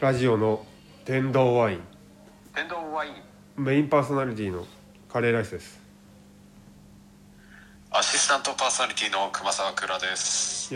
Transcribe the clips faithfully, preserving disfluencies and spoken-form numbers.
ラジオの天童ワイン天童ワインメインパーソナリティのカレーライスです。 アシスタントパーソナリティの熊沢倉です。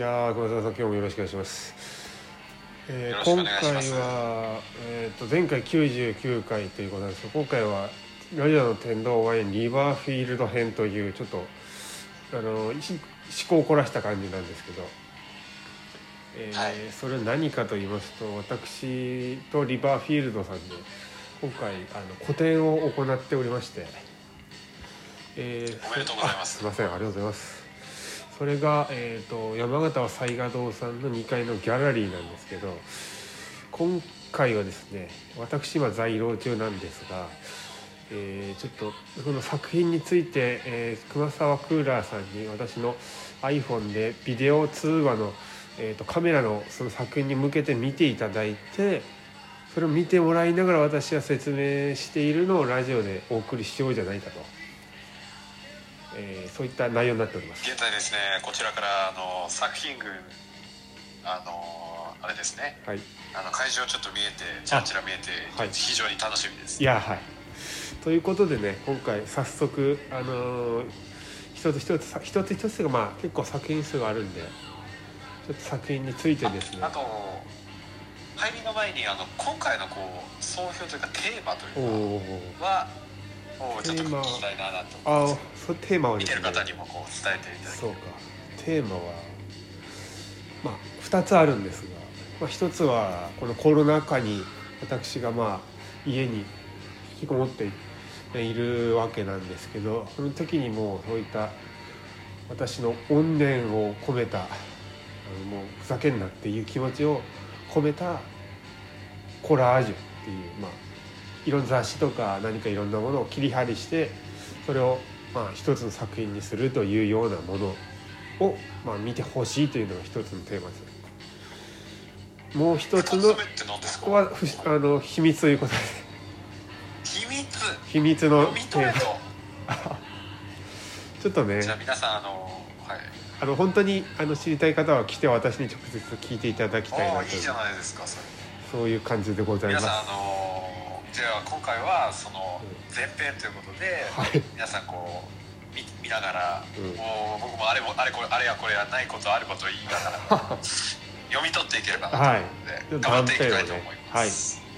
いやー熊沢さん、今日もよろしくお願いします。えー、今回は、えー、と前回きゅうじゅうきゅうかいということなんですけど、今回はラジオの天童ワインリバーフィールド編というちょっとあの思考を凝らした感じなんですけど、えーはい、それは何かと言いますと、私とリバーフィールドさんで今回あの個展を行っておりまして、 えー、おめでとうございます。 すいません、ありがとうございます。それが、えー、と山形は雑賀堂さんのにかいのギャラリーなんですけど、今回はですね、私今在廊中なんですが、えー、ちょっとその作品について、えー、熊沢クーラーさんに私の iPhone でビデオ通話のえー、とカメラのその作品に向けて見ていただいて、それを見てもらいながら私は説明しているのをラジオでお送りしようじゃないかと、えー、そういった内容になっております。 現在ですね、こちらからあの作品群あのあれですね、はい、あの会場ちょっと見えてちらちら見えて、はい、非常に楽しみです。 いや、はい、ということでね、今回早速あのー、一つ一つ一つ一つがまあ結構作品数があるんで、ちょっと作品についてですね、 あ, あと入りの前にあの今回のこう総評というかテーマというかはちょっと聞きたいなと思います。 あ、そう、テーマはですね、見てる方にもこう伝えていただきたい。 そうか、テーマはまあふたつあるんですが、まあ、ひとつはこのコロナ禍に私がまあ家に引きこもっているわけなんですけど、その時にもうそういった私の怨念を込めた、もうふざけんなっていう気持ちを込めたコラージュっていう、まあいろんな雑誌とか何かいろんなものを切り貼りして、それをまあ一つの作品にするというようなものをまあ見てほしいというのが一つのテーマです。もう一つのここはあの秘密ということで、 秘密秘密のテーマちょっとね、 じゃあ皆さんあのはいあの本当にあの知りたい方は来て私に直接聞いていただきたいなと。 いいじゃないですか、それ。 そういう感じでございます。 皆さんあのじゃあ今回はその前編ということで、はい、皆さんこう 見, 見ながら、うん、もう僕もあれもあれこれあれやこれやないことあることを言いながら読み取っていければなと思うので、はい、頑張っていきたいと思います。 はい、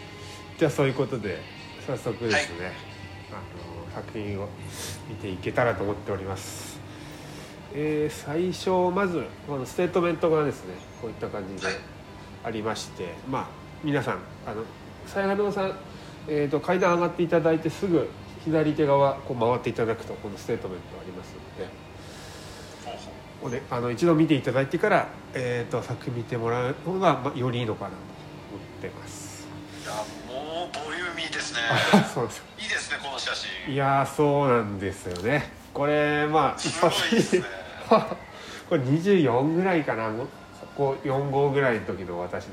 じゃあそういうことで早速ですね、はい、あの作品を見ていけたらと思っております。えー、最初まずこのステートメントがですね、こういった感じでありまして、はい、まあ皆さんあの雑賀堂さん、えーと、階段上がっていただいてすぐ左手側こう回っていただくとこのステートメントありますので、おね、あの一度見ていただいてから、えーと、作品見てもらうのが、まあ、よりいいのかなと思ってます。 いやもうボリューミーですね。 そうです。 いいですね、この写真。 いやそうなんですよね。これまあ一発ですねこれにじゅうよんぐらいかな、ここよん号ぐらいの時の私ですね。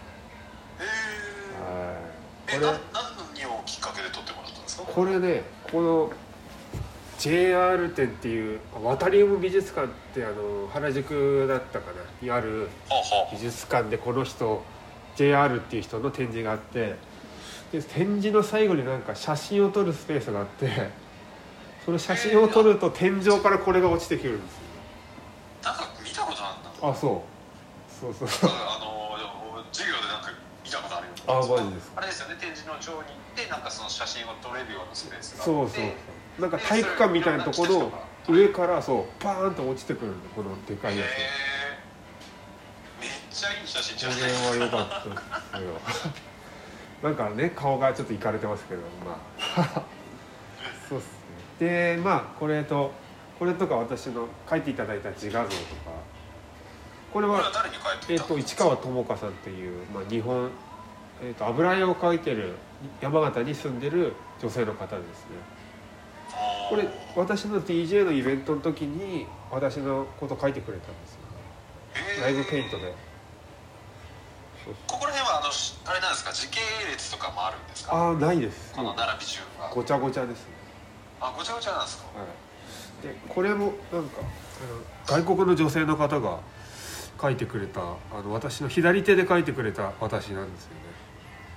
へえ。これ何をきっかけで撮ってもらったんですか？ これね、この ジェイアール 展っていうワタリウム美術館ってあの原宿だったかなにある美術館で、この人 ジェイアール っていう人の展示があって、で展示の最後になんか写真を撮るスペースがあって、その写真を撮ると天井からこれが落ちてくるんですよ。 なんか見たことあるんだ。 あ、そうそうそうそう。 あの授業でなんか見たことあるよ。 あ、マジですか。 あれですよね、展示の上に行ってなんかその写真を撮れるようなスペースがあって、 そうそう、なんか体育館みたいなところ上からそうパーンと落ちてくるんで、このでかいやつ。 めっちゃいい写真じゃないですか。これは良かったですよなんかね、顔がちょっとイカれてますけど、まあそうっすね。でまあこれとこれとか私の描いていただいた自画像とか、これは誰に描いていたんですか？ えっと市川智香さんっていう、まあ、日本、えー、と油絵を描いてる山形に住んでる女性の方ですね。これ私の ディージェー のイベントの時に私のこと描いてくれたんですよ、ライブペイントで。 そうそう、ここら辺はあのあれなんですか、時系列とかもあるんですか？ ああ、ないです。 この並び順はごちゃごちゃですね。 あ、ごちゃごちゃなんですか？ はい。でこれもなんかあの外国の女性の方が描いてくれた、あの私の左手で描いてくれた私なんですよね。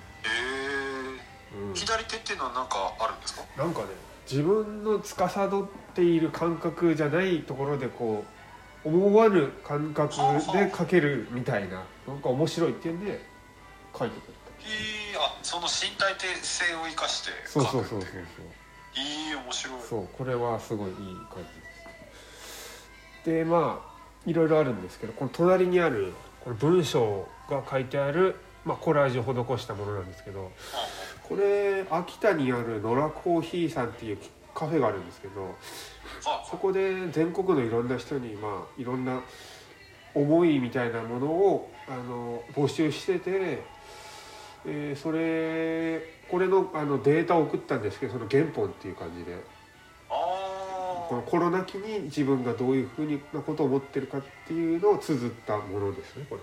うん、左手っていうのは何かあるんですか？ なんかね、自分の司っている感覚じゃないところでこう思わぬ感覚で書けるみたいな、なんか面白いっていうんで書いてくれた。 へえ、あ、その身体性を生かして書くっていう。 そうそうそうそうそう。 いい、面白い。 そう、これはすごいいい感じです。で、まあいろいろあるんですけど、この隣にあるこの文章が書いてある、まあ、コラージュを施したものなんですけど、これ秋田にある野良コーヒーさんっていうカフェがあるんですけど、そこで全国のいろんな人に、まあ、いろんな思いみたいなものをあの募集してて、えー、それこれの、あのデータを送ったんですけど、その原本っていう感じで、このコロナ期に自分がどういうふうなことを思ってるかっていうのを綴ったものですね、これ。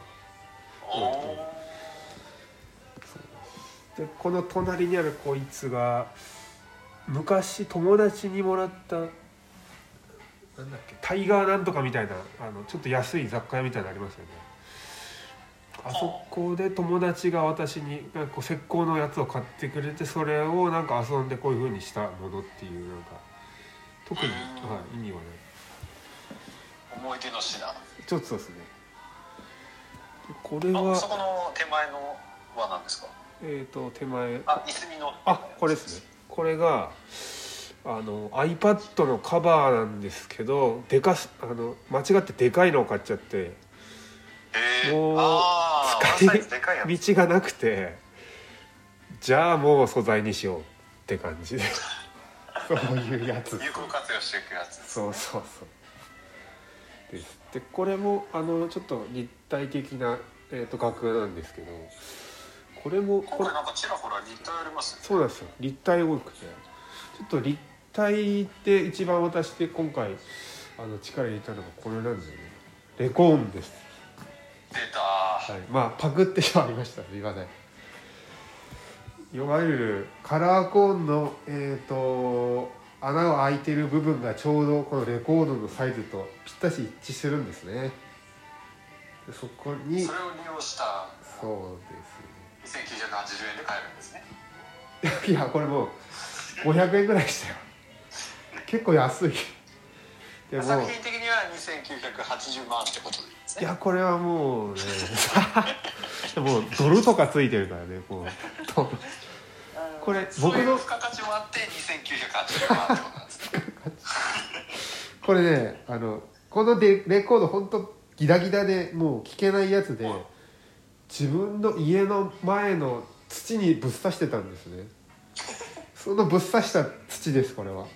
でこの隣にあるこいつが昔友達にもらったなんだっけ、タイガーなんとかみたいな、あのちょっと安い雑貨屋みたいなのありますよね。あそこで友達が私になんかこう石膏のやつを買ってくれて、それをなんか遊んでこういう風にしたものっていう、なんか特に、はい、意味はない思い出の品。 ちょっとそうですね。これはあそこの手前のは何ですか？ えーと手前、 あ、いすみの、 あ、これですね。これがあの iPad のカバーなんですけど、でかすあの間違ってでかいのを買っちゃって、 えー、 もう使い道がなくて、じゃあもう素材にしようって感じでそういうやつ有効活用していくやつです、ね、 そうそうそうです。でこれもあのちょっと立体的な、えー、と額なんですけど、これも今回なんかちらほら立体ありますよね。 そうなんですよ、立体多くて、ちょっと立体で一番私で今回あの力入れたのがこれなんですよね。レコーンです。 出た、 はい、まあパクってしまいました、すいません。いわゆるカラーコーンの、えー、と穴が開いてる部分がちょうどこのレコードのサイズとぴったし一致するんですね。でそこにそれを利用したそうですにせんきゅうひゃくはちじゅうえんで買えるんですね。 いやこれもうごひゃくえんぐらいしたよ結構安い。 でも作品的にはにせんきゅうひゃくはちじゅうまんってことですね。 いやこれはもうねもうドルとかついてるからね、もうこれ僕の付加価値もあってにせんきゅうひゃくはちじゅうまんってことなんですねこれね、あのこのレコード本当ギラギラでもう聴けないやつで、自分の家の前の土にぶっ刺してたんですね。そのぶっ刺した土です、これは。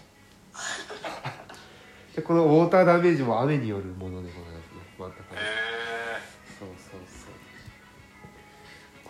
でこのウォーターダメージも雨によるものでございますね。またこれ、 へそうそうそう、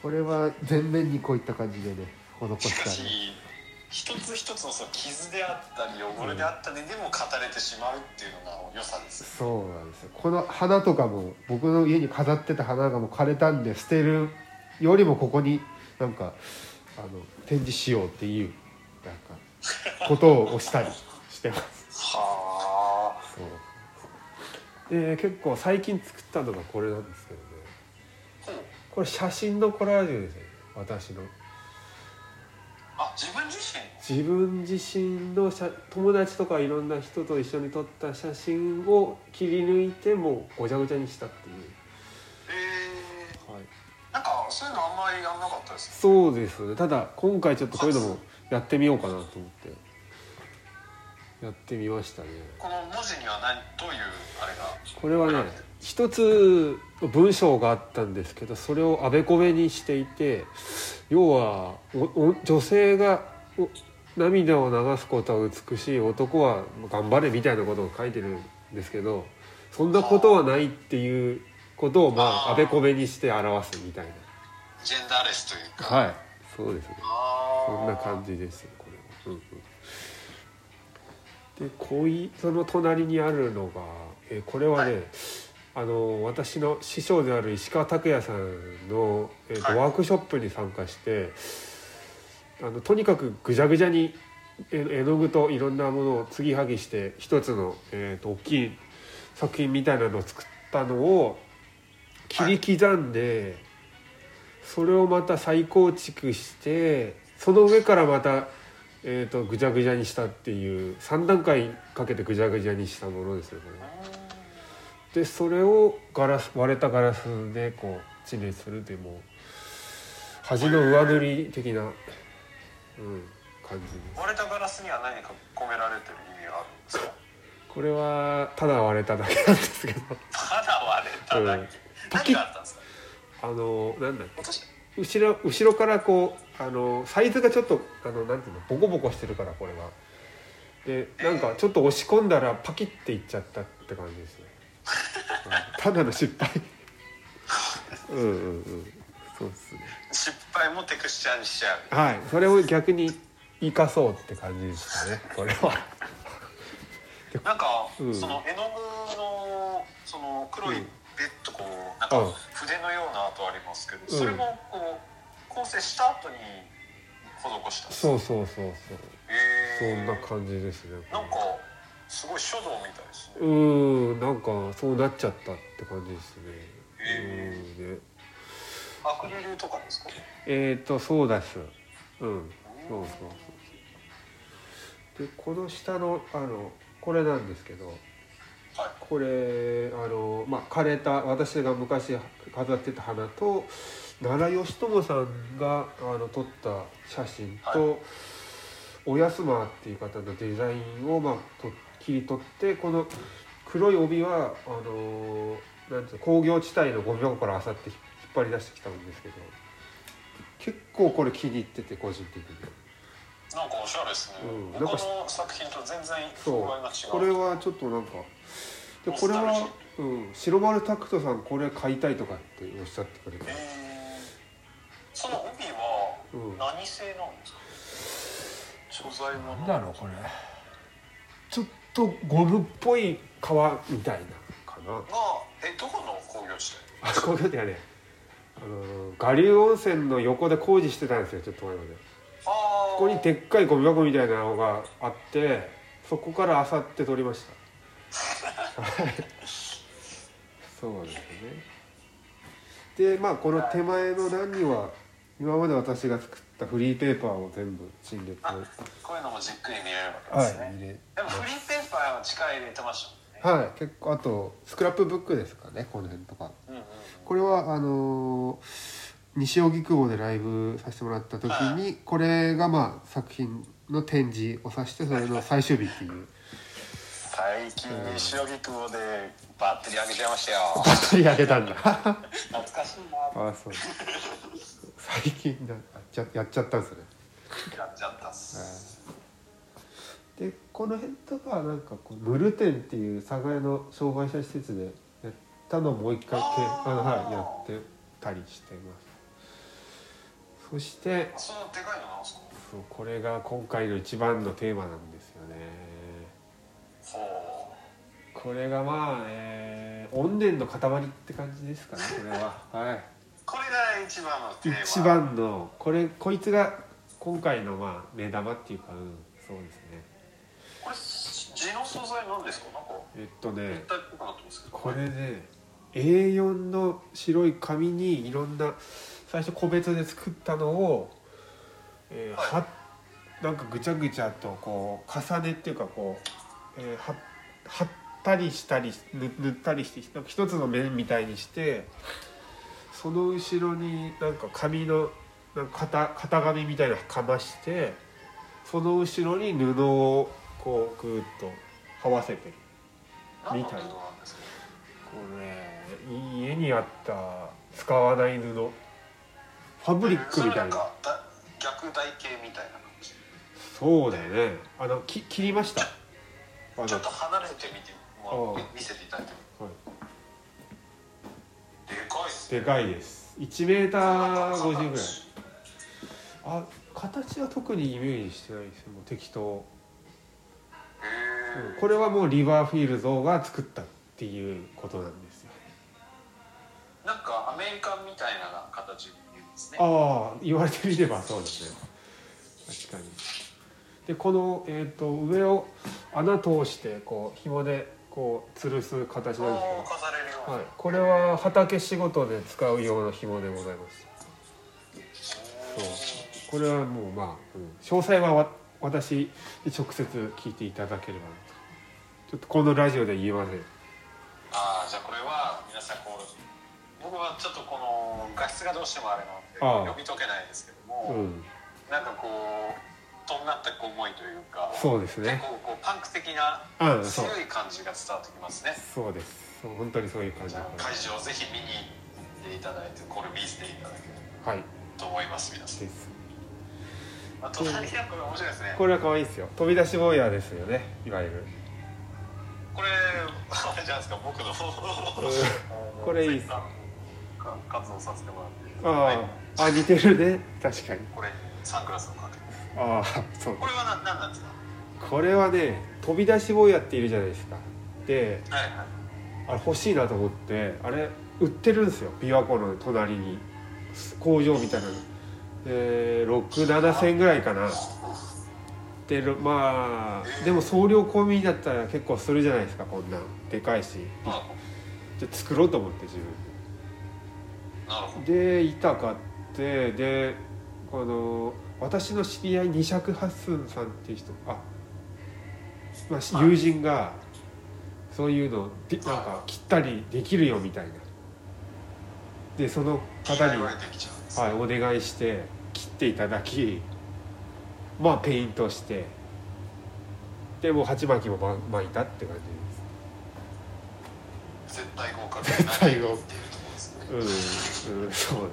これは全面にこういった感じでね施したね。 一つ一つのその傷であったり汚れであったりでも語れてしまうっていうのが良さです、 ね、そうなんですよ。この花とかも僕の家に飾ってた花がもう枯れたんで捨てるよりもここになんかあの展示しようっていうなんかことを押したりしてますはあ、 そうで結構最近作ったのがこれなんですけどね、これ写真のコラージュですね、私の。 あ、自分自身自分自身の写友達とかいろんな人と一緒に撮った写真を切り抜いてもうごちゃごちゃにしたっていう。 えー、 はい、 なんかそういうのあんまりやんなかったですね。 そうですね。ただ今回ちょっとこういうのもやってみようかなと思ってやってみましたね。 この文字には何どういうあれが、 これはね一つ文章があったんですけど、それをあべこべにしていて、要はおお女性が涙を流すことは美しい、男は頑張れみたいなことを書いてるんですけど、そんなことはないっていうことをまああべこべにして表すみたいな。 ジェンダーレスというか。 はい、そうですね。そんな感じですこれは。うんうん、でこういその隣にあるのが、えこれはね、はい、あの私の師匠である石川拓也さんの、えーとはい、ワークショップに参加して、あのとにかくぐじゃぐじゃに絵の具といろんなものを継ぎはぎして一つの、えーと大きい作品みたいなのを作ったのを切り刻んで、はい、それをまた再構築してその上からまた、えー、とぐちゃぐちゃにしたっていうさん段階かけてぐちゃぐちゃにしたものですよこれ。でそれをガラス割れたガラスでこう陳列するというもう端の上塗り的な、うん、感じです。 割れたガラスには何か込められてる意味があるんですか？ これはただ割れただけなんですけどただ割れただけ、うん、何があったんですか？あのなんだっけ後ろ後ろからこうあのサイズがちょっとあのなんていうのボコボコしてるからこれはでなんかちょっと押し込んだらパキッていっちゃったって感じですね、うん、ただの失敗うんうんうんそうですね。 失敗もテクスチャーにしちゃう。 はい、それを逆に生かそうって感じでしたねこれはなんか、 うん、 その絵の具のその黒いベッドこうなんか筆のような跡ありますけど、うん、それもこう構成した後に施したんですか？ そうそうそうそう、えー、そんな感じですね。 なんかすごい書道みたいですね。 うんなんかそうなっちゃったって感じですね。 えー、うんね、アクリルとかですか？ えっ、ー、とそうです。うん、そうそうそう。でこの下のあのこれなんですけど、はい、これあのまあ枯れた私が昔飾ってた花と奈良義朝さんがあの撮った写真と、はい、おやすまっていう方のデザインをまあと切り取ってこの黒い帯はあのなんていうの工業地帯のゴミ箱からあさって引っ張り出してきたんですけど結構これ気に入ってて個人的になんかおしゃれですね、うん、他の作品と全然風合いが違う。 そうこれはちょっとなんかでこれは、うん、白丸タクトさんこれ買いたいとかっておっしゃってくれて、 えー、その帯は何製なんですか？うん、素材は何だろうこれちょっとゴムっぽい皮みたいなかな。 がえどこの工業地帯？ あ工業地帯ねあの我流温泉の横で工事してたんですよちょっと前まで。ここにでっかいゴミ箱みたいなのがあってそこからあさって取りましたそうですね。でまあこの手前の段には今まで私が作ったフリーペーパーを全部陳列。 こういうのもじっくり見れるわけですね、はい、見れでもフリーペーパーは力入れてましたもんね。 はい結構あとスクラップブックですかねこの辺とか、うんうんうん、これはあのー西荻窪でライブさせてもらった時に、はい、これがまあ作品の展示を指してそれの最終日っていう最近西荻窪でバッテリー上げちゃいましたよ。 バッテリー上げたんだ懐かしいなあそう最近だやっちゃ、やっちゃったんですね。 やっちゃったっす。 でこの辺とかはなんかこうムルテンっていう寒河江の障害者施設でやったのをもう一回ああの、はい、やってたりしてます。そしてそのでかいのなんですか？ そうこれが今回の一番のテーマなんですよね。 ほうこれがまあ、えー、怨念の塊って感じですかねこれははいこれが一番のテーマ一番のこれこいつが今回のまあ目玉っていうか、うん、そうですね。 これ地の素材なんですか？なんかえっとね立体っぽくなってますけどこれね エーよん の白い紙にいろんな最初個別で作ったのを、えーはい、はなんかぐちゃぐちゃとこう重ねっていうかこう、えー、は貼ったりしたり塗ったりしてなんか一つの面みたいにしてその後ろになんか紙のなんか 型, 型紙みたいなのかましてその後ろに布をこうグーッと這わせてるみたいな。これ家にあった使わない布ファブリックみたいな、 なんか逆台形みたいな感じ。 そうだよね。あのき切りました。 あのちょっと離れてみても見せていただいても、はい、でかいっすね。 でかいです。いちメーターごじゅうぐらい。あ、形は特にイメージしてないですよ。もう適当。へー、これはもうリバーフィールドが作ったっていうことなんですよ。 なんかアメリカンみたいな形に見えますね。 ああ、言われてみればそうですね。確かに。でこの、えー、と上を穴通してこう紐でこう吊るす形なんですけど、 飾れるような、 はい、これは畑仕事で使うような紐でございます。そうこれはもうまあ、うん、詳細はわ私に直接聞いていただければなと。ちょっとこのラジオで言えません。 ああ、じゃあこれは皆さんこう、僕はちょっとこの画質がどうしてもあれなので読み解けないですけども、うん、なんかこうとんがった思いというか、 そうですね、 結構こうパンク的な強い感じが伝わってきますね。 うん、そうです。そう本当にそういう感じ。 会場ぜひ見に行っていただいて、これ見せていただければと思います、皆さん。です。あ、隣やっぱ面白いですね。 これは可愛いですよ。飛び出し坊やですよね、いわゆる。 これあれじゃないですか、僕のこれいいです。 活動させてもらって。 ああ、似てるね、確かに。 これサングラスをかけて。 ああ、そう。 これは何なんですか。 これはね、飛び出し坊やっているじゃないですか。で、 はいはい、 あれ欲しいなと思って、あれ売ってるんですよ、琵琶湖の隣に工場みたいなの。でろく、ななせんぐらいかな。でまあでも送料込みだったら結構するじゃないですか、こんなんでかいし。じゃあ作ろうと思って自分で。 なるほど。 で板買ってでこの私の知り合いに尺八寸さんっていう人、あ、まあ、友人がそういうのでなんか切ったりできるよみたいな。でその方に、はい、お願いして切っていただき、まあペイントしてでもう鉢巻きも巻いたって感じです。絶対合格。 絶対合格。うん、うん、そうですね。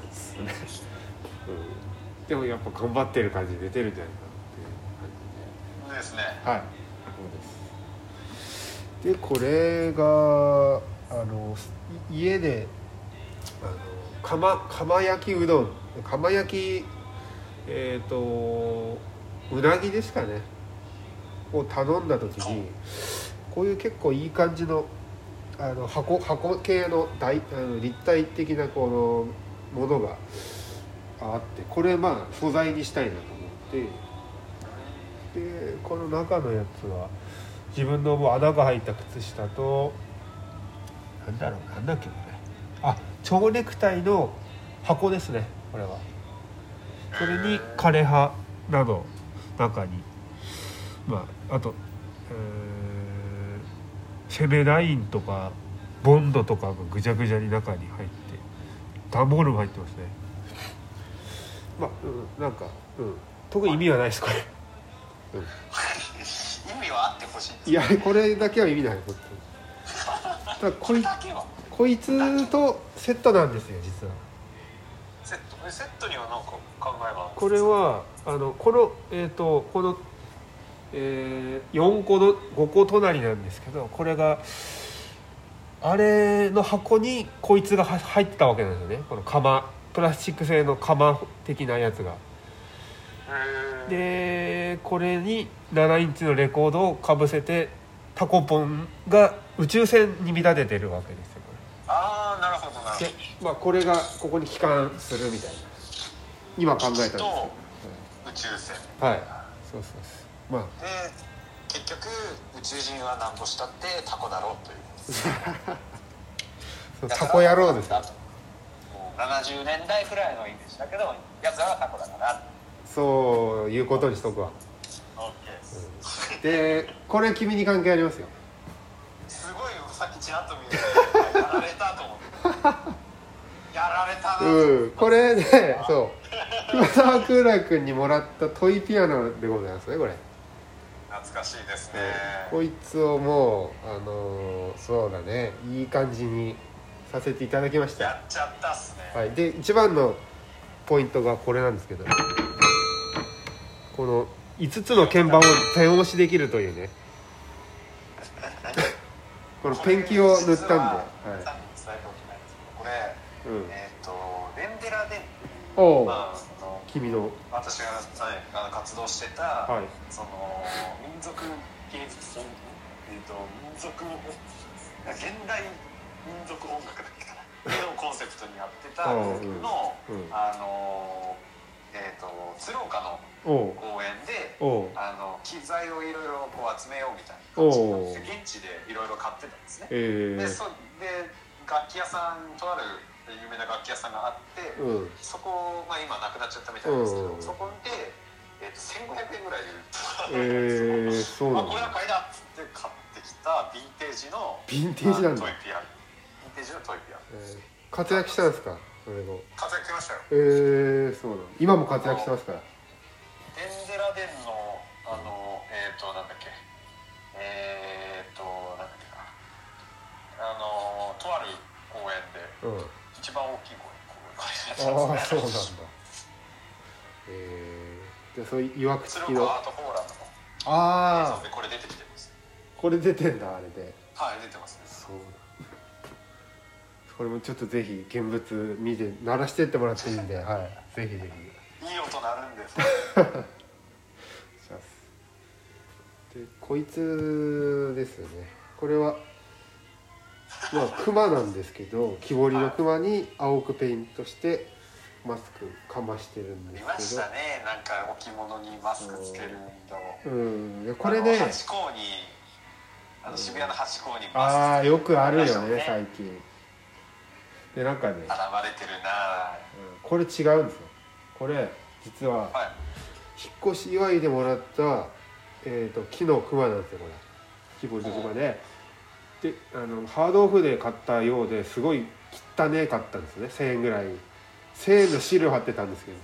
うん、でもやっぱ頑張ってる感じ出てるんじゃないかなっていう感じで。ですね。 はい。そうです。でこれがあの家であの釜釜焼きうどん、釜焼きえっとうなぎですかねを頼んだ時に、こういう結構いい感じのあの 箱, 箱系の大あの立体的なこのものがあって、これまあ素材にしたいなと思って、でこの中のやつは自分のもう穴が入った靴下と、なんだろう、なんだっけこれ、あ、蝶ネクタイの箱ですね、これは。それに枯葉など中に、まああと、えー、セメラインとかボンドとかがぐちゃぐちゃに中に入って、段ボールも入ってますね。まあ、うん、なんか、うん、特に意味はないですこれ、 うん、意味はあってほしいです。 いやこれだけは意味ない。ただこいこいつとセットなんですよ実は。 セットセットには何か考えがあるんですか。 これはあのこのえっ、ー、とこの、えー、よんこのごこ隣なんですけど、これがあれの箱にこいつが入ってたわけなんですよね。この釜、プラスチック製の釜的なやつが。でこれにななインチのレコードをかぶせてタコポンが宇宙船に見立ててるわけですよ。 ああ、なるほどなるほど。 で、まあ、これがここに帰還するみたいな今考えたんですけど、 宇宙船、 はい、そうそうそう、まあ、 で結局宇宙人はなんぼしたってタコだろうというそうタコ野郎ですよ。 もうななじゅうねんだいくらいのイメージだけど、やつらはタコだから、 そういうことにしとくわ。 OK、うん、 でこれ君に関係ありますよ。 すごいさっきちらっと見てやられたと思ってやられたな、 うん、これね、そう熊沢空来君にもらったトイピアノでございますね、これ。 懐かしいですね、 うん、こいつをもうあのー、そうだね、いい感じにさせていただきました。 やっちゃったっすね、 はい、で一番のポイントがこれなんですけど、このいつつの鍵盤を点押しできるというねこのペンキを塗ったんで、はい、 さっき伝えておきないですけど、これ、うん、えっ、ー、とレンデラデン、 お、 まあ、その君の私が、はい、活動してた、はい、その民族芸術、えー、と民族現代民族音楽だっけかなのコンセプトにやってたの、うんうん、あのえー、と鶴岡の公園であの機材をいろいろ集めようみたいな感じになって現地でいろいろ買ってたんですね、えー、でそで楽器屋さんとある有名な楽器屋さんがあって、 うん、 そこ、まあ、今なくなっちゃったみたいですけど、うん、そこで、えー、とせんごひゃくえんぐらいで売ってたんですよ。えー、そうなんだ。あ、これは買いだっつって買ってきたヴィンテージのヴィンテージなんだ。 トイピアヴィンテージのトイピア、 えー、活躍したんですか？それ後活躍しましたよ。 えー、そうなん。今も活躍してますから。 デンデラデンのあのえっ、ー、となんだっけえっ、ー、となんだっけなあのとある公園で、うん、一番大きい公園ああ、そうなんだ。えー、でそういういわくつきのアートフォーラムのああこれ出てきてます。 これ出てんだあれで。 はい出てますね。 そうこれもちょっとぜひ現物見て鳴らしてってもらっていいんで、はい、ぜひぜひ。いい音鳴るんです。 でこいつですよね。これはまあクマなんですけど、木彫りのクマに青くペイントしてマスクかましてるんですけど。 見ましたね。なんか置物にマスクつけるの。 うん。これね。 ハチ公にあの渋谷のハチ公にマスク。 ああよくあるよね最近。でなんかね。 現れてるな、 うん。これ違うんですよ。これ実は、はい、引っ越し祝いでもらったえっと木のクマなんですよこれ。木彫りのクマで。であのハードオフで買ったようですごい汚ねかったんですね。せんえんぐらいせんえんのシール貼ってたんですけど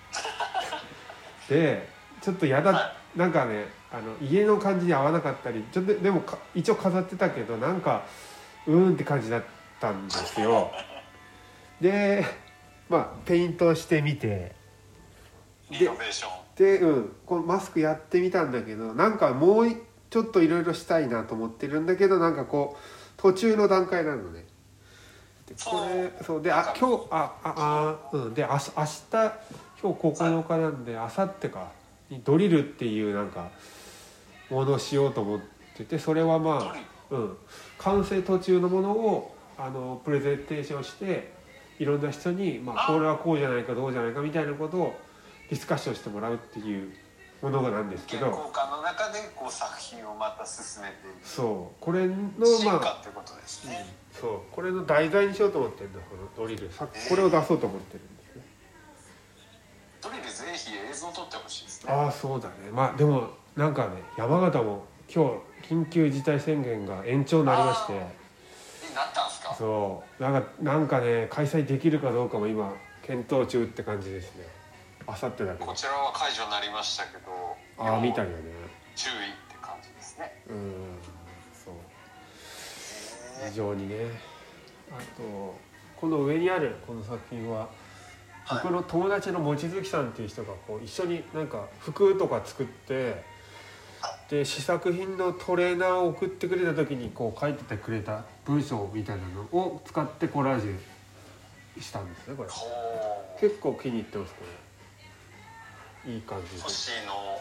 でちょっとやだなんかねあの家の感じに合わなかったりちょっとでも一応飾ってたけどなんかうーんって感じだったんですよ。でまあペイントしてみてリノベーションで、うん、このマスクやってみたんだけどなんかもうちょっといろいろしたいなと思ってるんだけどなんかこう途中の段階なのね。でこれそうであ今日あああうんであ明日今日ここのかなんで明後日かにドリルっていうなんかものをしようと思っててそれはまあ、うん、完成途中のものをあのプレゼンテーションしていろんな人に、まあ、これはこうじゃないかどうじゃないかみたいなことをディスカッションしてもらうっていうものなんですけど原稿家の中でこう作品をまた進めていくそうこれの進化ってことですね、 うん、そうこれの題材にしようと思ってるんだこのドリルさこれを出そうと思ってるんですね。 ドリルぜひ映像撮ってほしいですね。 ああそうだね。まあでもなんかね山形も今日緊急事態宣言が延長になりましてなったんですか。 そうなんかなんかね開催できるかどうかも今検討中って感じですね。あさってだけどこちらは解除になりましたけどああみたいだね注意って感じですね。 うんそう非常にね。あとこの上にあるこの作品は、はい、僕の友達の望月さんっていう人がこう一緒になんか服とか作ってで試作品のトレーナーを送ってくれた時にこう書いててくれた文章みたいなのを使ってコラージュしたんですねこれ。結構気に入ってますこれ。いい感じで星の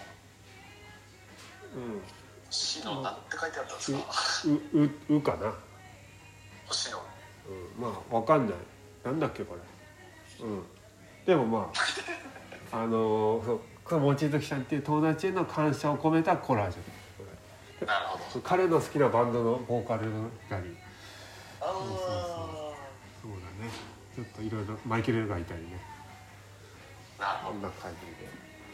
うん星のなんて書いてあったんですか。 うううかな星の、 うん、まあわかんないなんだっけこれ。うんでもまああのー、そう望月さんっていう友達への感謝を込めたコラージュこれ。なるほど。 彼の好きなバンドのボーカルのやりああそうそうそうそうだねちょっといろいろマイケルがいたりねなるほどこんな感じで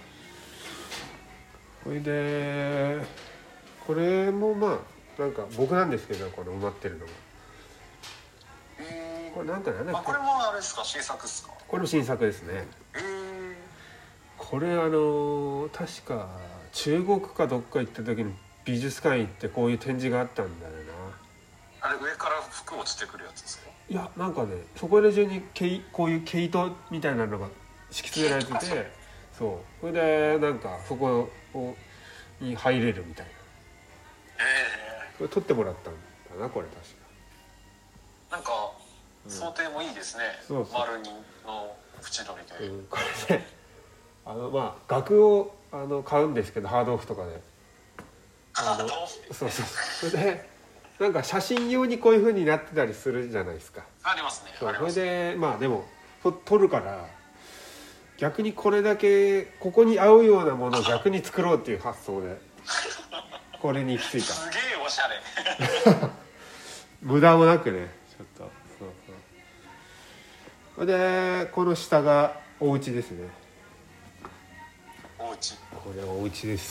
これでこれもまあなんか僕なんですけどこの埋まってるのがえー、 これなんかなんだっけ。 これもあれですか新作ですか。 これも新作ですね。 えー、 これあの確か中国かどっか行った時に美術館行ってこういう展示があったんだよな。あれ上から服落ちてくるやつですか。 いやなんかねそこら中にこういう毛糸みたいなのが敷き詰められててそうそれでなんかそこに入れるみたいな。 えこれ撮ってもらったんだなこれ確か。 なんか、うん、想定もいいですね。そうそう丸にの縁取りで、 うん、これねあのまあ額をあの買うんですけどハードオフとかでハードオフそうそうそれでなんか写真用にこういう風になってたりするじゃないですか。 ありますね。 そうそれでまあでも撮るから逆にこれだけここに合うようなものを逆に作ろうっていう発想でこれに行き着いた。 すげえおしゃれ無駄もなくねちょっとそうでこの下がお家ですね。 お家、 これお家です。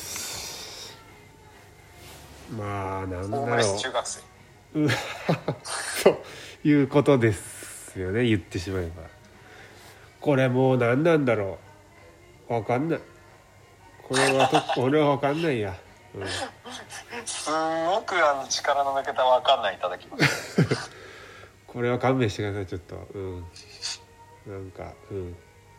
まあなんだろう、 中学生うそういうことですよね、言ってしまえば。これもう何なんだろう、分かんない。これはと俺は分かんないや、うん、 すごくあの力の抜けた分かんないいただきますこれは勘弁してくださいちょっと、うん、なんか、うん、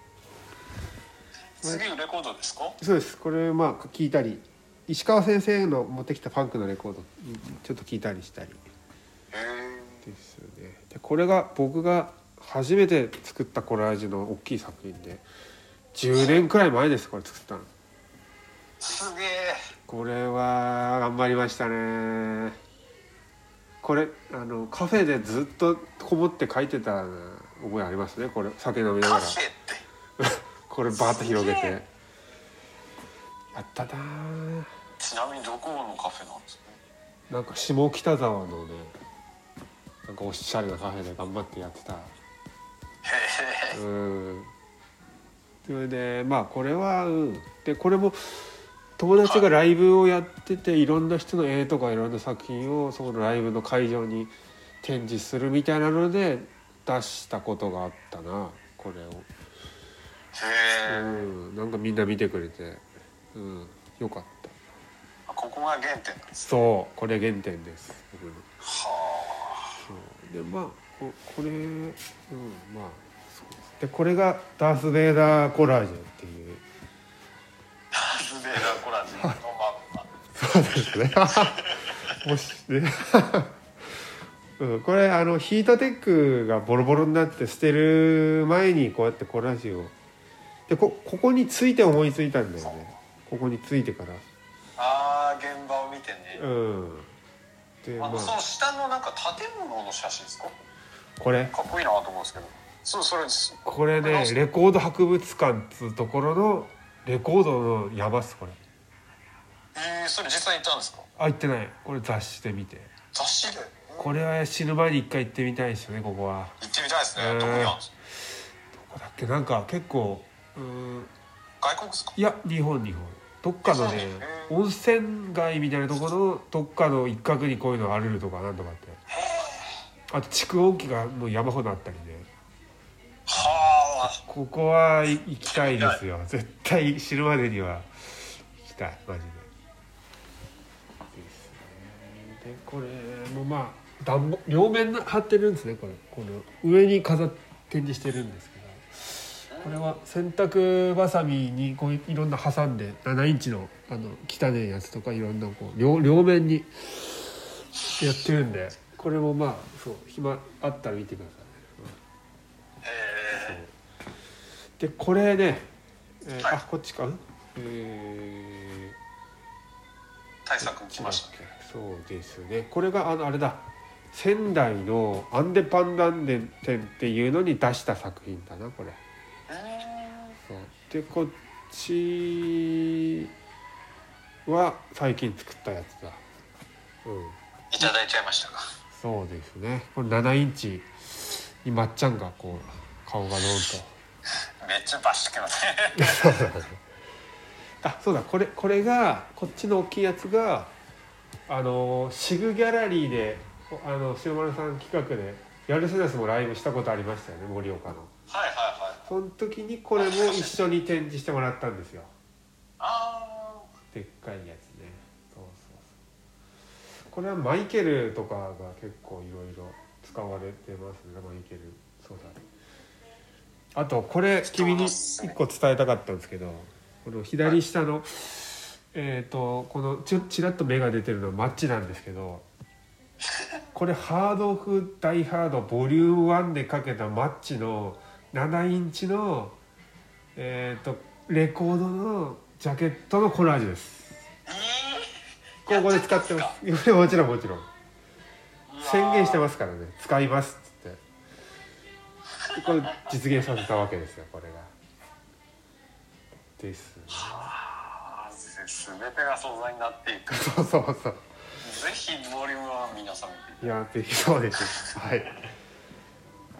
次レコードですか？ そうです。これまあ聞いたり、石川先生の持ってきたファンクのレコードちょっと聞いたりしたりですよね。でこれが僕が初めて作ったコラージュの大きい作品で、じゅうねんくらい前です。これ作ったの。 すげえ。 これは頑張りましたね。これあのカフェでずっとこもって書いてた覚えありますね。これ酒飲みながらカフェってこれバーッと広げてやったな。 ちなみにどこのカフェなんですか？ なんか下北沢のね、なんかおしゃれなカフェで頑張ってやってた。へえ。うん。それでまあこれは、うん、でこれも友達がライブをやってて、いろんな人の絵とかいろんな作品をそのライブの会場に展示するみたいなので出したことがあったな、これを。へえ、うん、なんかみんな見てくれて、うん、よかった。 ここが原点なんです。 そう、これ原点です。僕の。はあ。そうでまあ こ, これ、うん、まあそうです。でこれがダース・ベイダーコラージュっていう。 ダース・ベイダーコラージュのまんま。 そうですね。もしね。うん、これあのヒートテックがボロボロになって捨てる前にこうやってコラージュをで こ, ここについて思いついたんだよね。ここについてからああ現場を見てね。 うんで、 あの、 まあ、 その下のなんか建物の写真ですか？ これかっこいいなと思うんですけど。そうそれです。 これねレコード博物館っつうところのレコードの山っすこれ。 えー、それ実際行ったんですか？ あ、行ってない。これ雑誌で見て。 雑誌で？ これは死ぬ前に一回行ってみたいですよね。ここは行ってみたいですね。どこにあるんですか？ どこだっけ。なんか結構うーん外国ですか？ いや日本日本どっかのね温泉街みたいなところのどっかの一角にこういうのあるとかなんとかって。あと蓄音機がもう山ほどあったりね。はあ。ここは行きたいですよ。絶対死ぬまでには行きたいマジで。ですね。でこれもまあ暖房両面貼ってるんですね。これこの上に飾って展示してるんですけど、これは洗濯バサミにこういろんな挟んでななインチのあの汚いやつとかいろんなこう 両, 両面にやってるんで、これもまあそう暇あったら見てください、うん、でこれね、えーはい、あこっちか、えー、対策来ました。 そうですね。これがあのあれだ、仙台のアンデパンダンデ展っていうのに出した作品だなこれ。そうでこっちは最近作ったやつだ、うん、 いただいちゃいましたか。 そうですね。これななインチにまっちゃんがこう顔がドーンとめっちゃバシッけどねあ、そうだ、これこれがこっちの大きいやつがあのシグギャラリーであの塩丸さん企画でヤルセナスもライブしたことありましたよね、盛岡の。はいはいはい。その時にこれも一緒に展示してもらったんですよ。ああ。でっかいやつね。そうそうそう。これはマイケルとかが結構いろいろ使われてますね。マイケルそうだ。あとこれ君に一個伝えたかったんですけど、この左下の、はい、えっとこのちょちらっと目が出てるのはマッチなんですけど。これハードオフダイハードボリュームワンでかけたマッチのななインチの、えー、とレコードのジャケットのコラージュです。ここで使ってます。もちろんもちろん宣言してますからね、使いますっつってこれ実現させたわけですよ。これがですね。 はあ、全てが素材になっていく。 そうそうそう。 ぜひボリュームは皆さん見ていやぜひそうですはい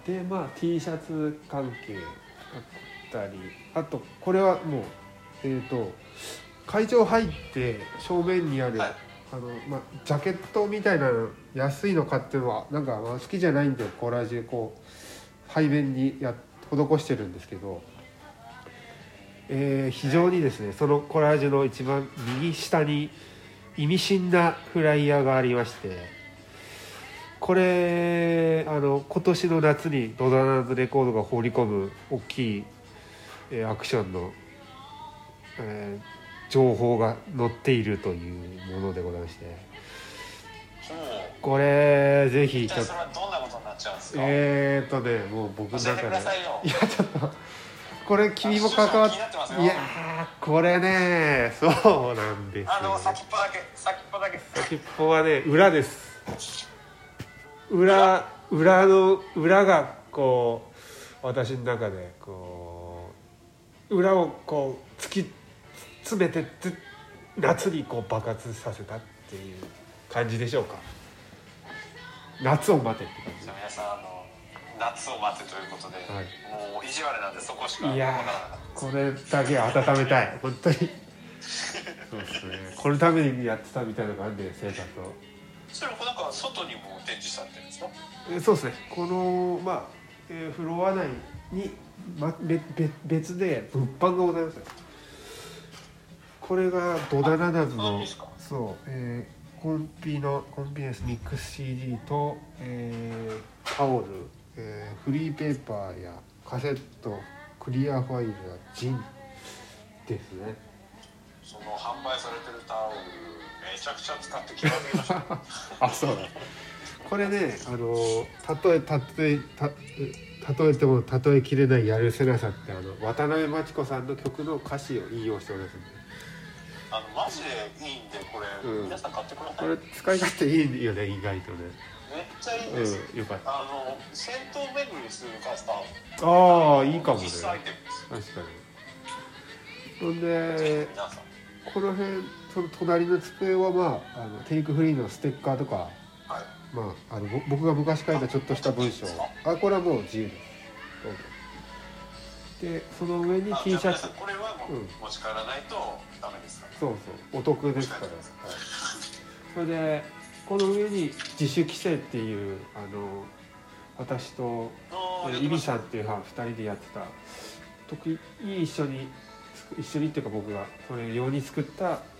でまあ T シャツ関係あったり、あとこれはもうえーと会場入って正面にある、 はい、 あのまあ、ジャケットみたいなの安いの買っていうのはなんかまあ好きじゃないんでコラージュこう背面にや施してるんですけど、えー、非常にですねそのコラージュの一番右下に意味深なフライヤーがありまして、これあの今年の夏にドダナーズレコードが放り込む大きい、えー、アクションの、えー情報が載っているというものでございまして、これぜひちょっとそれはどんなことになっちゃうんですか？ えーっとねもう僕の中で教えてくださいよ。 いやちょっとこれ君も関わって、いやこれねそうなんですよ、ね、 あの先っぽだけ先っぽだけ先っぽはね裏です。裏裏の裏がこう私の中でこう裏をこう突き詰めて夏にこう爆発させたっていう感じでしょうか。夏を待てって感じ。 じゃあ皆さんあの夏を待てということで、はい、もう意地悪なんでそこしかいやこれだけ温めたい本当にそうですね、このためにやってたみたいな感じで生活を。 それもなんか外にも展示されてるんですか？ えそうですね、このまあ、えー、フロア内に、ま、べべ別で物販がございます。これがドダナナズのそう、えー、コンピのコンビニエンスミックス シーディー と、えー、タオル、えー、フリーペーパーやカセット、クリアファイルやジンですね。 その販売されてるタオルめちゃくちゃ使って気が付きましたあ、そうだ。これね、あの例え例えた例えても例えきれないやるせなさってあの渡辺真知子さんの曲の歌詞を引用しておりますんで。 あのマジでいいんでこれ、うん、皆さん買ってください。 これ使い勝手いいよね意外とね。 めっちゃいいです、 うん、よかった。 あの銭湯巡りするカスタム。ああいいかもね。 必須アイテムです。 確かに。そんでこの辺その隣の机はまああのテイクフリーのステッカーとか、はい、まああの僕が昔書いたちょっとした文章。あこれはもう自由です。どうぞ。でその上に T シャツ。 これはもう持ち帰らないとダメですか？ そうそうお得ですから。はい、それでこの上に自主規制っていうあの私とイビさんっていうふたりでやってた時に一緒に一緒にっていうか僕がそれ用に作った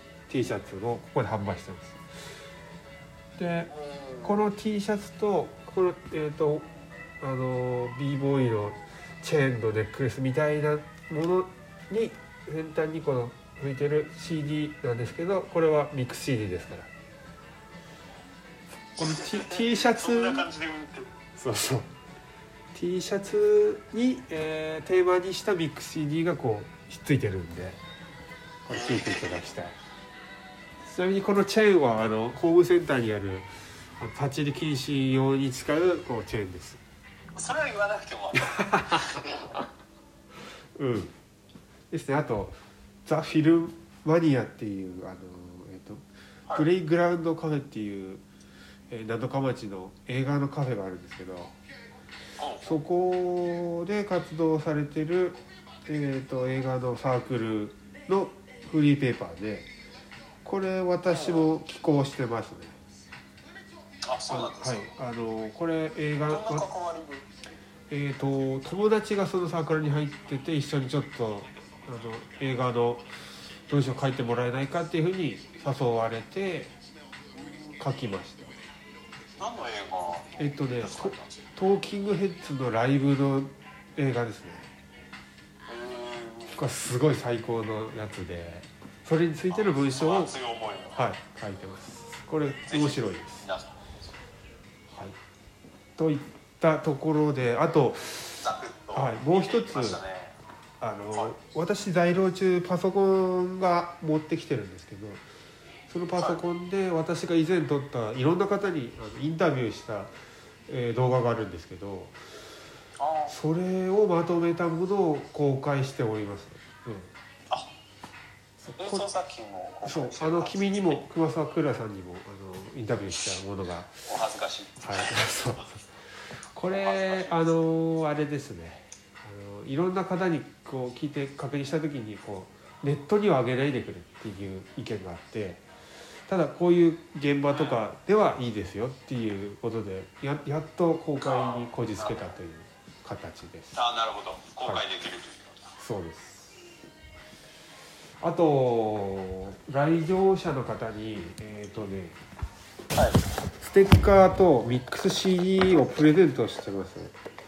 T シャツをここで販売してます。でこの T シャツとこのえっとあの b ボーイのチェーンのネックレスみたいなものに先端にこの吹いてる シーディー なんですけど、これはミックス シーディー ですから。この T, T シャツそうそう T シャツに、えー、テーマにしたミックス シーディー がこうひっついてるんで、これ聞いていただきたい。ちなみにこのチェーンはあのホームセンターにある立ち入り禁止用に使うこうチェーンです。 それは言わなくてもうんですね。あとザ・フィルマニアっていうあの、えーとはい、プレイグラウンドカフェっていう、えー、長門町の映画のカフェがあるんですけど、そこで活動されてる、えーと、映画のサークルのフリーペーパーで、これ私も寄稿してますね。 あ、そうなんですか。 はい、あのこれ映画えーと友達がそのサークルに入ってて一緒にちょっとあの映画の文章書いてもらえないかっていうふうに誘われて書きました。 何の映画？ えっとねトーキングヘッズのライブの映画ですね。これすごい最高のやつで、それについての文章を、はい、書いてます。これ面白いです。はい、といったところで、あと、はい、もう一つ、あの私在廊中パソコンが持ってきてるんですけど、そのパソコンで私が以前撮ったいろんな方にあのインタビューした、えー、動画があるんですけど、それをまとめたものを公開しております。うん、あ、 演奏作品も公開してます。 そう、あの君にも熊沢倉さんにもあのインタビューしたものが。 お恥ずかしい。 はい、そう。 これあのあれですね、あのいろんな方にこう聞いて確認した時にこうネットには上げないでくれっていう意見があって、ただこういう現場とかではいいですよっていうことで や, やっと公開にこじつけたという形です。 あ、なるほど、公開できるという、はい、 そうです。あと来場者の方にえっ、ー、とね、はい、ステッカーとミックス シーディー をプレゼントしてます。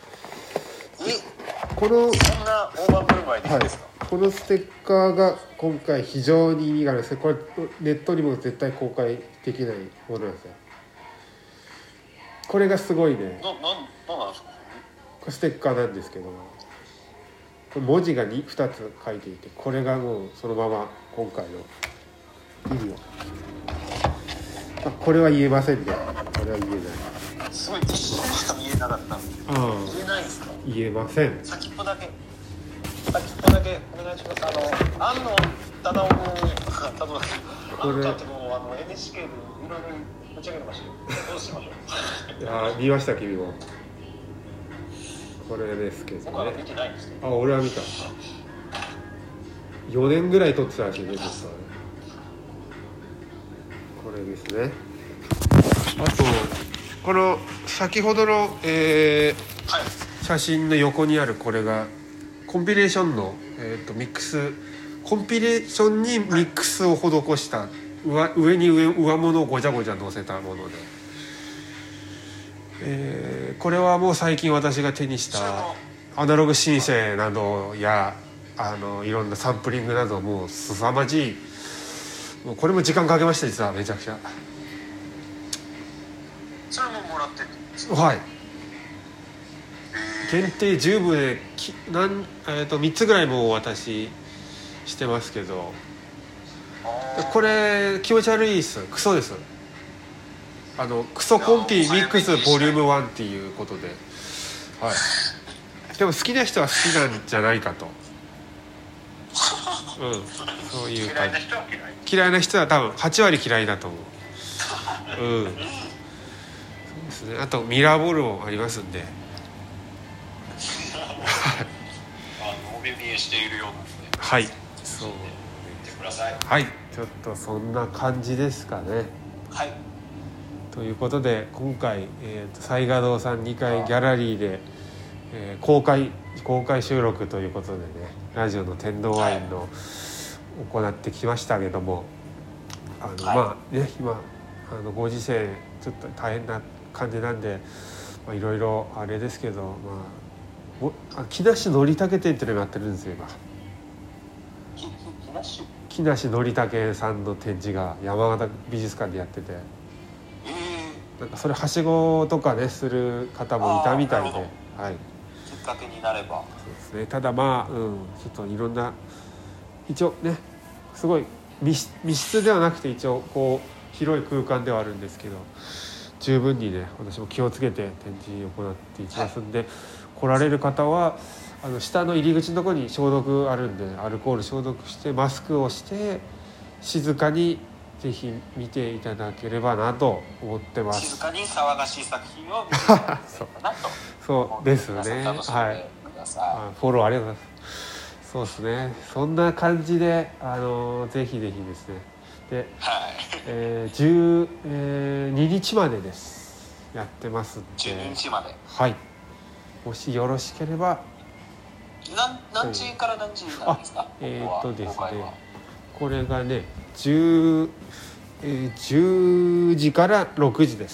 このそんな大盤振る舞いでいいですか？ はい、このステッカーが今回非常に意味があるんです。これネットにも絶対公開できないものなんですよ。これがすごいね。 な、な、なんなんですか？ これステッカーなんですけど、これ文字が 2, ふたつ書いていて、これがもうそのまま今回の意味を、あ、これは言えませんね。これは言えない。 すごい一瞬しか見えなかったんですけど、うん、言えないですか？ 言えません。 先っぽだけ先っぽだけお願いします。あの安野忠雄多分安野監督もあの エヌエイチケー でいろいろ打ち上げてましたよ。どうしましょう？ いや見ました君も。これですけどね。 僕は見てないんですけど。 あ、俺は見た。よねんぐらい撮ってたらしいね、実はね。これですね。あとこの先ほどの、えーはい、写真の横にあるこれがコンピレーションの、えー、とミックスコンピレーションにミックスを施した上、上に 上, 上物をごちゃごちゃ乗せたもので、えー、これはもう最近私が手にしたアナログシンセなどやあのいろんなサンプリングなどもう凄まじい、もうこれも時間かけました。実はめちゃくちゃ。 それももらってるんですか？ はい、限定じゅうぶできなん、えー、とみっつぐらいもう私してますけど、これ気持ち悪いです。クソです。あのクソコンピミックスボリュームワンっていうことで、はい、でも好きな人は好きなんじゃないかと、うん、そういう感じ。嫌いな人は嫌い。嫌いな人は多分はちわり嫌いだと思う。うん、そうですね。あとミラーボールもありますんであのお目見えしているようなので、 はい、そう言ってください。 はい、ちょっとそんな感じですかね。 はい。 ということで今回、えーと、サイガ堂さんにかいギャラリーで、えー、公開公開収録ということでね、ラジオの天童ワインの、はい、行ってきましたけども、あの、はい、まあね、今あのご時世ちょっと大変な感じなんで、まあ、いろいろあれですけど、まあ、木梨憲武展っていうのがやってるんですよ今。木梨憲武さんの展示が山形美術館でやってて、なんかそれはしごとかねする方もいたみたいで、はい、 きっかけになれば。 そうですね。ただまあ、うん、ちょっといろんな一応ねすごい密室ではなくて一応こう広い空間ではあるんですけど、十分にね私も気をつけて展示を行っていきますんで、はい、来られる方はあの下の入り口のところに消毒あるんでアルコール消毒してマスクをして静かにぜひ見ていただければなと思ってます。 静かに騒がしい作品を見ていただければなとそうですね。はい。フォローありがとうございます。そうですね。そんな感じであのぜひぜひですね。で、はい、えー、じゅうににちまでですやってますんで。 じゅうににちまで。 はい。もしよろしければ。 何, 何時から何時なんですか？ えー、っとですね。これがねじゅう、えー、じゅうじからろくじです。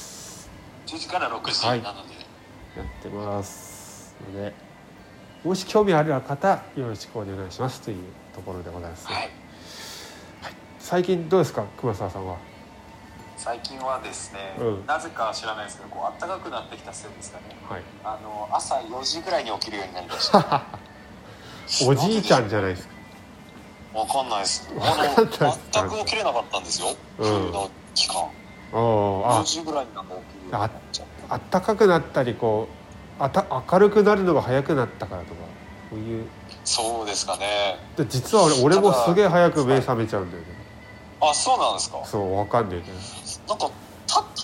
じゅうじからろくじなので、はい、 やってますので、もし興味ある方よろしくお願いしますというところでございます、ね。はいはい、最近どうですか熊沢さんは？ 最近はですね、うん、なぜか知らないですけどこう暖かくなってきたせいですかね、はい、あの朝よじぐらいに起きるようになりましたおじいちゃんじゃないですか。 わかんないです。あの全く起きれなかったんですよ、冬の期間。よじぐらいになんか起きるようになっちゃって、 あったかくなったりこうあた明るくなるのが早くなったからとかこういう。 そうですかね。 で実は 俺, 俺もすげえ早く目覚めちゃうんだよね。 あ、そうなんですか。 そう、わかんないけどなんか た, ただ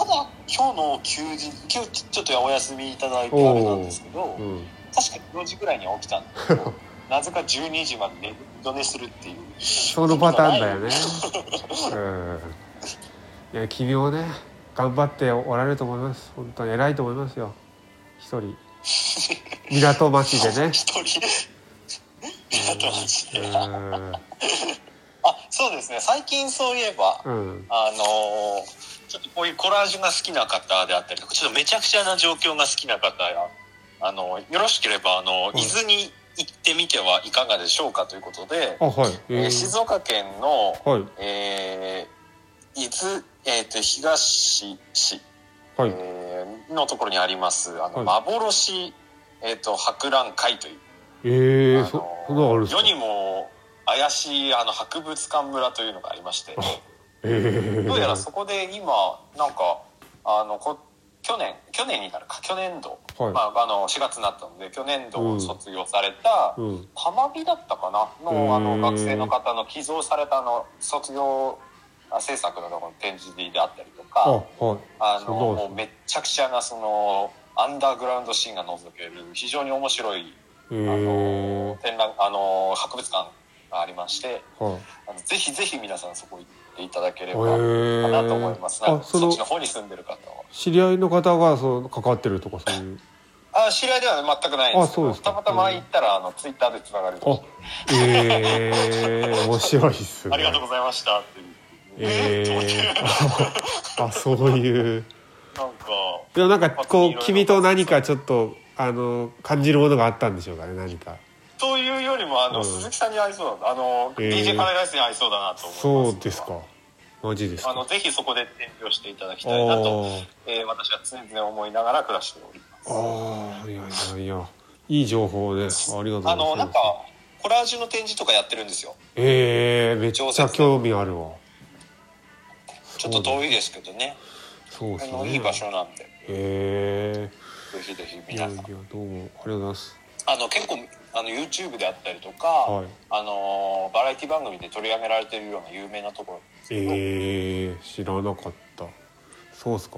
今日の休日今日ちょっとお休みいただいてあれなんですけど、うん、確かによじぐらいに起きたんですけどなぜかじゅうにじまで寝二度寝するっていうそのパターンだよねうん、いや君もね頑張っておられると思います。本当に偉いと思いますよ。一人港町でね一人港町で、うん、あそうですね最近そういえば、うん、あのちょっとこういうコラージュが好きな方であったりとかちょっとめちゃくちゃな状況が好きな方やあのよろしければあの、はい、伊豆に行ってみてはいかがでしょうかということで、あ、はいえー、静岡県の、はいえー、伊豆、えー、と東市、はいえー、のところにありますあの、はい、幻、えー、と博覧会という、 えー、そそんなあるんですか。 世にも怪しいあの博物館村というのがありまして、 えー、 どうやらそこで今なんかあのこ去年去年になるか去年度、はいまあ、あのしがつになったので去年度卒業された、うん、玉美だったかな の, あの学生の方の寄贈されたあの卒業制作の展示であったりとか、あ、はい、あのもうめっちゃくちゃなそのアンダーグラウンドシーンが覗ける非常に面白いあの展覧あの博物館がありまして、はい、あのぜひぜひ皆さんそこ行っていただければかなと思います。なんかそっちの方に住んでる方は知り合いの方がそう関わってるとかそういうあ知り合いでは全くないんですけどたまたま行ったらあのツイッターでつながるとえー、面白いっすねありがとうございましたっていうえー、あそういうなんかでもなんかこう君と何かちょっとあの感じるものがあったんでしょうかね。何かというよりもあの、うん、鈴木さんに合いそうだあの、えー、ディージェー カレーライスに合いそうだなと思います。 そうですかマジですか。 あのぜひそこで展示をしていただきたいなと、えー、私は常々思いながら暮らしております。 ああいやいやいやいい情報で、ね、ありがとうございます。 あのなんかコラージュの展示とかやってるんですよ。 えー、めっちゃ興味あるわ。 ちょっと遠いですけどね。 そうですね。 あのいい場所なんで。 へえ。 ぜひぜひ皆さん。いやいやどうもありがとうございます。 あの結構あの YouTube であったりとか、はい、あのバラエティ番組で取り上げられているような有名なところですけど。 えー、知らなかった。そうですか。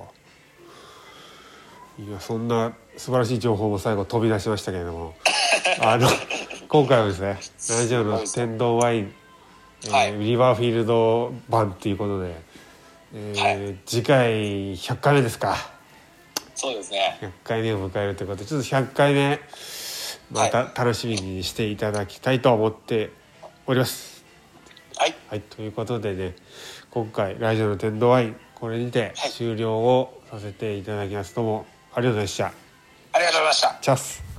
いやそんな素晴らしい情報も最後飛び出しましたけれどもあの今回はですねラジオの天童ワイン、えーはい、リバーフィールド版ということで、えーはい、次回ひゃっかいめですか。 そうですねひゃっかいめを迎えるということでちょっとひゃっかいめまた楽しみにしていただきたいと思っております。 はい、 はい、ということでね今回ラジオの天童ワインこれにて終了をさせていただきます。どうもありがとうございました。 ありがとうございました。 チャス。